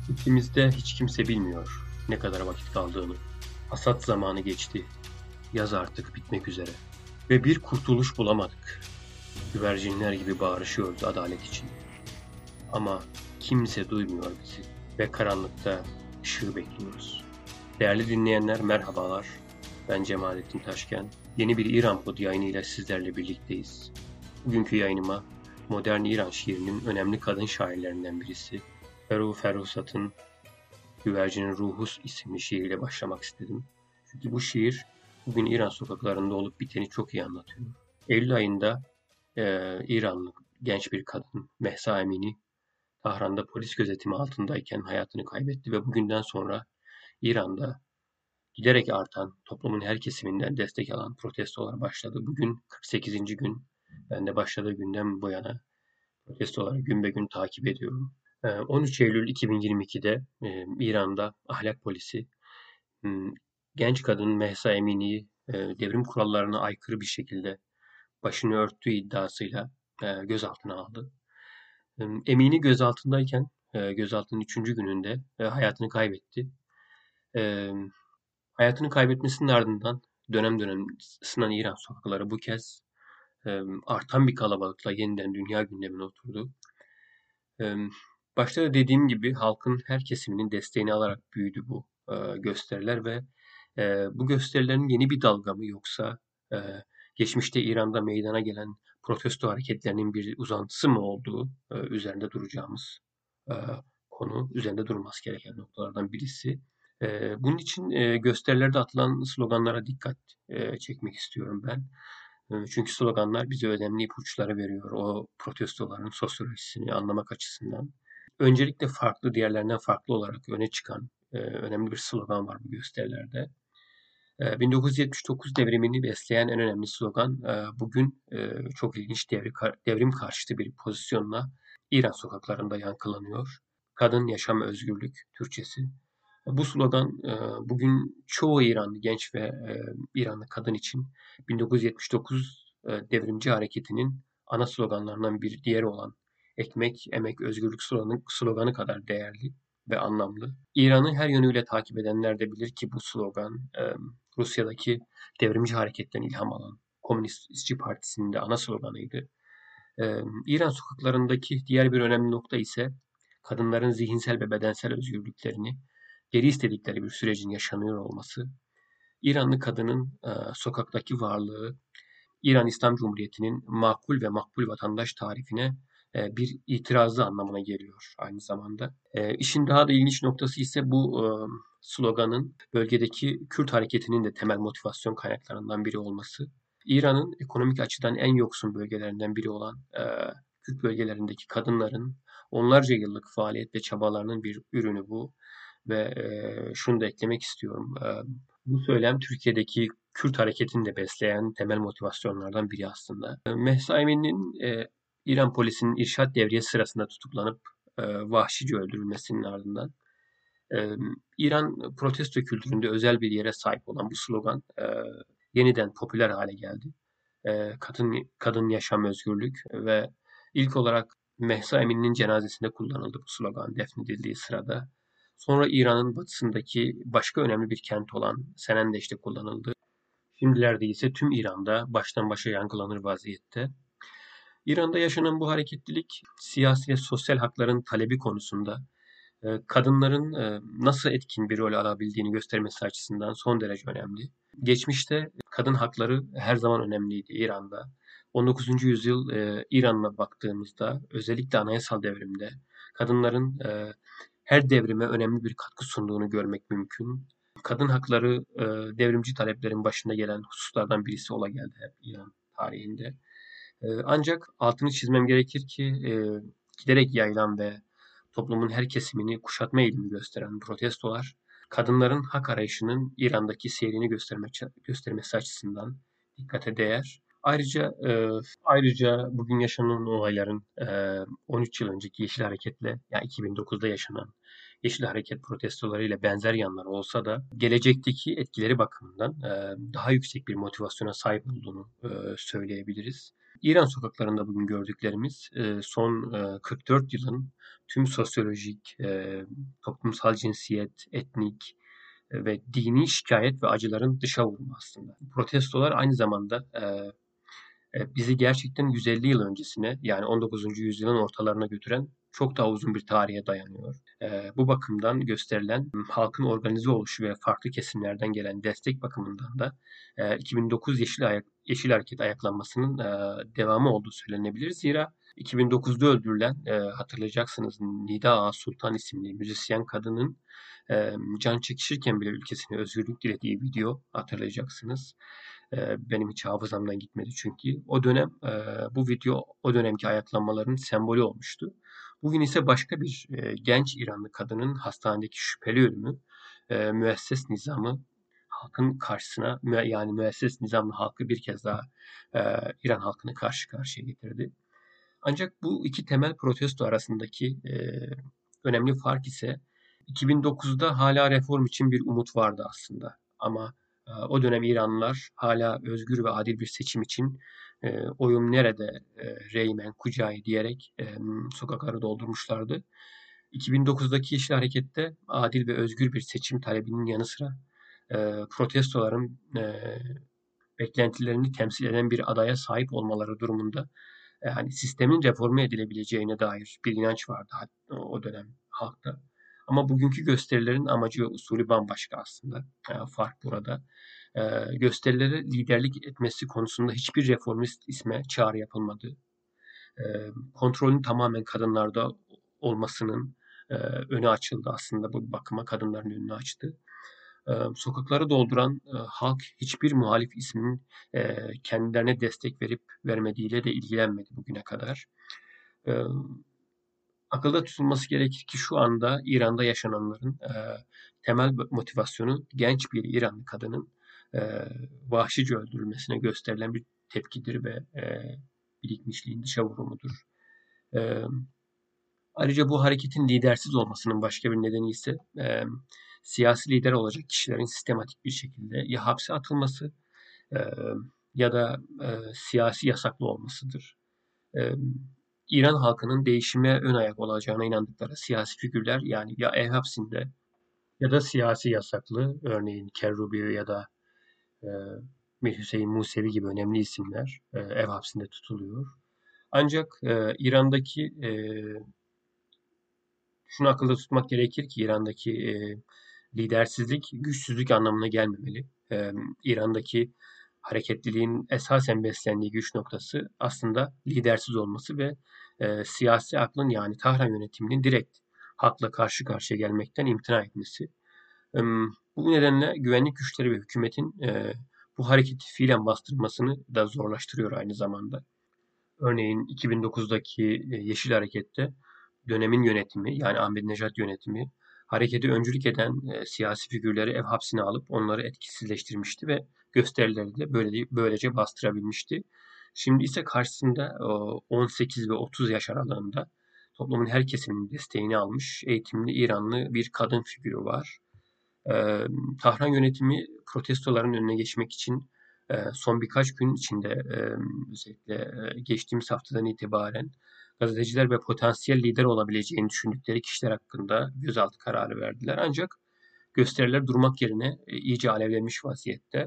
Çiftliğimizde hiç kimse bilmiyor ne kadar vakit kaldığını. Hasat zamanı geçti. Yaz artık bitmek üzere. Ve bir kurtuluş bulamadık. Güvercinler gibi bağırışıyoruz adalet için. Ama kimse duymuyor bizi. Ve karanlıkta ışığı bekliyoruz. Değerli dinleyenler merhabalar. Ben Cemalettin Taşken. Yeni bir İran Pod yayınıyla sizlerle birlikteyiz. Bugünkü yayınıma modern İran şiirinin önemli kadın şairlerinden birisi Ferruh Sat'ın Güvercinin Ruhu isimli şiiriyle başlamak istedim. Çünkü bu şiir bugün İran sokaklarında olup biteni çok iyi anlatıyor. Eylül ayında İranlı genç bir kadın Mehsa Emini Tahran'da polis gözetimi altındayken hayatını kaybetti ve bugünden sonra İran'da giderek artan toplumun her kesiminden destek alan protestolar başladı. Bugün 48. gün. Ben de başladığı günden bu yana protestoları gün be gün takip ediyorum. 13 Eylül 2022'de İran'da ahlak polisi genç kadın Mehsa Emini'yi devrim kurallarına aykırı bir şekilde başını örttüğü iddiasıyla gözaltına aldı. Emini gözaltındayken gözaltının 3. gününde hayatını kaybetti. E, Hayatını kaybetmesinin ardından dönem dönem ısınan İran sokakları bu kez artan bir kalabalıkla yeniden dünya gündemine oturdu. E, Başta da dediğim gibi halkın her kesiminin desteğini alarak büyüdü bu gösteriler ve bu gösterilerin yeni bir dalga mı yoksa e, geçmişte İran'da meydana gelen protesto hareketlerinin bir uzantısı mı olduğu üzerinde duracağımız e, konu, üzerinde durulması gereken noktalardan birisi. Bunun için gösterilerde atılan sloganlara dikkat çekmek istiyorum ben. Çünkü sloganlar bize önemli ipuçları veriyor o protestoların sosyolojisini anlamak açısından. Öncelikle farklı, diğerlerinden farklı olarak öne çıkan önemli bir slogan var bu gösterilerde. 1979 devrimini besleyen en önemli slogan bugün çok ilginç devrim karşıtı bir pozisyonla İran sokaklarında yankılanıyor. Kadın, yaşam, özgürlük Türkçesi. Bu slogan bugün çoğu İranlı genç ve İranlı kadın için 1979 devrimci hareketinin ana sloganlarından bir diğeri olan ekmek, emek, özgürlük sloganı kadar değerli ve anlamlı. İran'ı her yönüyle takip edenler de bilir ki bu slogan Rusya'daki devrimci hareketten ilham alan Komünist İşçi Partisi'nin de ana sloganıydı. İran sokaklarındaki diğer bir önemli nokta ise kadınların zihinsel ve bedensel özgürlüklerini geri istedikleri bir sürecin yaşanıyor olması. İranlı kadının sokaktaki varlığı İran İslam Cumhuriyeti'nin makul ve makbul vatandaş tarifine bir itirazı anlamına geliyor aynı zamanda. İşin daha da ilginç noktası ise bu sloganın bölgedeki Kürt hareketinin de temel motivasyon kaynaklarından biri olması. İran'ın ekonomik açıdan en yoksun bölgelerinden biri olan Kürt bölgelerindeki kadınların onlarca yıllık faaliyet ve çabalarının bir ürünü bu. Ve şunu da eklemek istiyorum. Bu söylem Türkiye'deki Kürt hareketini de besleyen temel motivasyonlardan biri aslında. Mehsa Emin'in İran polisinin irşad devriye sırasında tutuklanıp vahşice öldürülmesinin ardından İran protesto kültüründe özel bir yere sahip olan bu slogan yeniden popüler hale geldi. Kadın yaşam özgürlük ve ilk olarak Mehsa Emin'in cenazesinde kullanıldı bu slogan defnedildiği sırada. Sonra İran'ın batısındaki başka önemli bir kent olan Senendeş'te kullanıldı. Şimdilerde ise tüm İran'da baştan başa yankılanır vaziyette. İran'da yaşanan bu hareketlilik siyasi ve sosyal hakların talebi konusunda kadınların nasıl etkin bir rol alabildiğini göstermesi açısından son derece önemli. Geçmişte kadın hakları her zaman önemliydi İran'da. 19. yüzyıl İran'ına baktığımızda özellikle anayasal devrimde kadınların her devrime önemli bir katkı sunduğunu görmek mümkün. Kadın hakları devrimci taleplerin başında gelen hususlardan birisi ola geldi hep İran tarihinde. Ancak altını çizmem gerekir ki giderek yayılan ve toplumun her kesimini kuşatma eğilimi gösteren protestolar, kadınların hak arayışının İran'daki seyrini göstermesi açısından dikkate değer. Ayrıca bugün yaşanan olayların 13 yıl önceki Yeşil Hareket'le, yani 2009'da yaşanan Yeşil Hareket protestolarıyla benzer yanları olsa da gelecekteki etkileri bakımından daha yüksek bir motivasyona sahip olduğunu söyleyebiliriz. İran sokaklarında bugün gördüklerimiz son 44 yılın tüm sosyolojik, toplumsal cinsiyet, etnik ve dini şikayet ve acıların dışa vurumu aslında. Protestolar aynı zamanda bizi gerçekten 150 yıl öncesine, yani 19. yüzyılın ortalarına götüren çok daha uzun bir tarihe dayanıyor. Bu bakımdan gösterilen halkın organize oluşu ve farklı kesimlerden gelen destek bakımından da 2009 Yeşil Hareket ayaklanmasının devamı olduğu söylenebilir. Zira 2009'da öldürülen, hatırlayacaksınız, Nida Ağa Sultan isimli müzisyen kadının can çekişirken bile ülkesine özgürlük dilediği video, hatırlayacaksınız. Benim hiç hafızamdan gitmedi çünkü. O dönem bu video o dönemki ayaklanmaların sembolü olmuştu. Bugün ise başka bir genç İranlı kadının hastanedeki şüpheli ölümü müesses nizamı halkın karşısına, yani müesses nizamlı halkı bir kez daha İran halkını karşı karşıya getirdi. Ancak bu iki temel protesto arasındaki önemli fark ise 2009'da hala reform için bir umut vardı aslında. Ama o dönem İranlılar hala özgür ve adil bir seçim için oyum nerede Reymen, Kucayi diyerek sokakları doldurmuşlardı. 2009'daki Yeşil Hareket'te adil ve özgür bir seçim talebinin yanı sıra protestoların beklentilerini temsil eden bir adaya sahip olmaları durumunda yani sistemin reforme edilebileceğine dair bir inanç vardı o dönem halkta. Ama bugünkü gösterilerin amacı ve usulü bambaşka aslında. Fark burada. Gösterilere liderlik etmesi konusunda hiçbir reformist isme çağrı yapılmadı. Kontrolün tamamen kadınlarda olmasının önü açıldı aslında. Bu bakıma kadınların önünü açtı. Sokakları dolduran halk hiçbir muhalif ismin kendilerine destek verip vermediğiyle de ilgilenmedi bugüne kadar. Akılda tutulması gerekir ki şu anda İran'da yaşananların temel motivasyonu genç bir İranlı kadının vahşice öldürülmesine gösterilen bir tepkidir ve birikmişliğin dışa vurumudur. Ayrıca bu hareketin lidersiz olmasının başka bir nedeni ise siyasi lider olacak kişilerin sistematik bir şekilde ya hapse atılması ya da siyasi yasaklı olmasıdır. İran halkının değişime ön ayak olacağına inandıkları siyasi figürler, yani ya ev hapsinde ya da siyasi yasaklı, örneğin Kerrubi ya da Mir Hüseyin Musevi gibi önemli isimler ev hapsinde tutuluyor. Ancak İran'daki şunu akılda tutmak gerekir ki İran'daki lidersizlik güçsüzlük anlamına gelmemeli. İran'daki hareketliliğin esasen beslendiği güç noktası aslında lidersiz olması ve siyasi aklın, yani Tahran yönetiminin direkt halkla karşı karşıya gelmekten imtina etmesi. Bu nedenle güvenlik güçleri ve hükümetin bu hareketi fiilen bastırmasını da zorlaştırıyor aynı zamanda. Örneğin 2009'daki Yeşil Hareket'te dönemin yönetimi, yani Ahmadinejad yönetimi hareketi öncülük eden siyasi figürleri ev hapsine alıp onları etkisizleştirmişti ve gösterileri de böylece bastırabilmişti. Şimdi ise karşısında 18 ve 30 yaş aralığında toplumun her kesiminin desteğini almış eğitimli İranlı bir kadın figürü var. Tahran yönetimi protestoların önüne geçmek için son birkaç gün içinde, özellikle geçtiğimiz haftadan itibaren gazeteciler ve potansiyel lider olabileceğini düşündükleri kişiler hakkında gözaltı kararı verdiler. Ancak gösteriler durmak yerine iyice alevlenmiş vaziyette.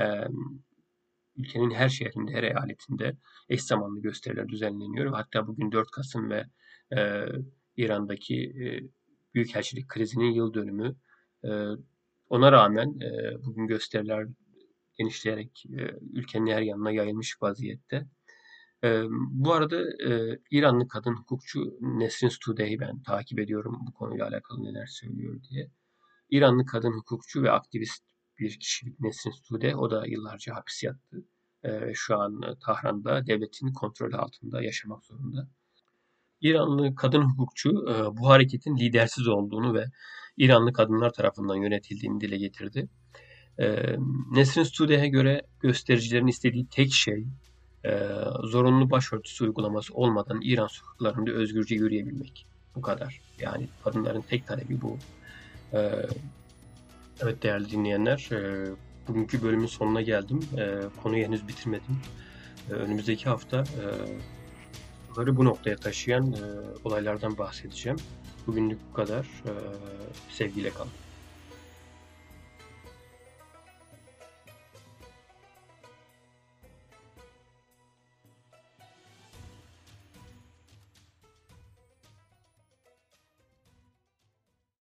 Ülkenin her şehrinde, her eyaletinde eş zamanlı gösteriler düzenleniyor. Hatta bugün 4 Kasım ve İran'daki Büyükelçilik krizinin yıl dönümü. Ona rağmen bugün gösteriler genişleyerek ülkenin her yanına yayılmış vaziyette. Bu arada İranlı kadın hukukçu Nesrin Sotoudeh'i ben takip ediyorum bu konuyla alakalı neler söylüyor diye. İranlı kadın hukukçu ve aktivist bir kişi Nesrin Sotoudeh, o da yıllarca hapis yattı. Şu an Tahran'da devletin kontrolü altında yaşamak zorunda. İranlı kadın hukukçu bu hareketin lidersiz olduğunu ve İranlı kadınlar tarafından yönetildiğini dile getirdi. Nesrin Sotoudeh'e göre göstericilerin istediği tek şey zorunlu başörtüsü uygulaması olmadan İran sokaklarında özgürce yürüyebilmek. Bu kadar. Yani kadınların tek talebi bu. Evet değerli dinleyenler, bugünkü bölümün sonuna geldim. Konuyu henüz bitirmedim. Önümüzdeki hafta bu noktaya taşıyan olaylardan bahsedeceğim. Bugünlük bu kadar. Sevgiyle kalın.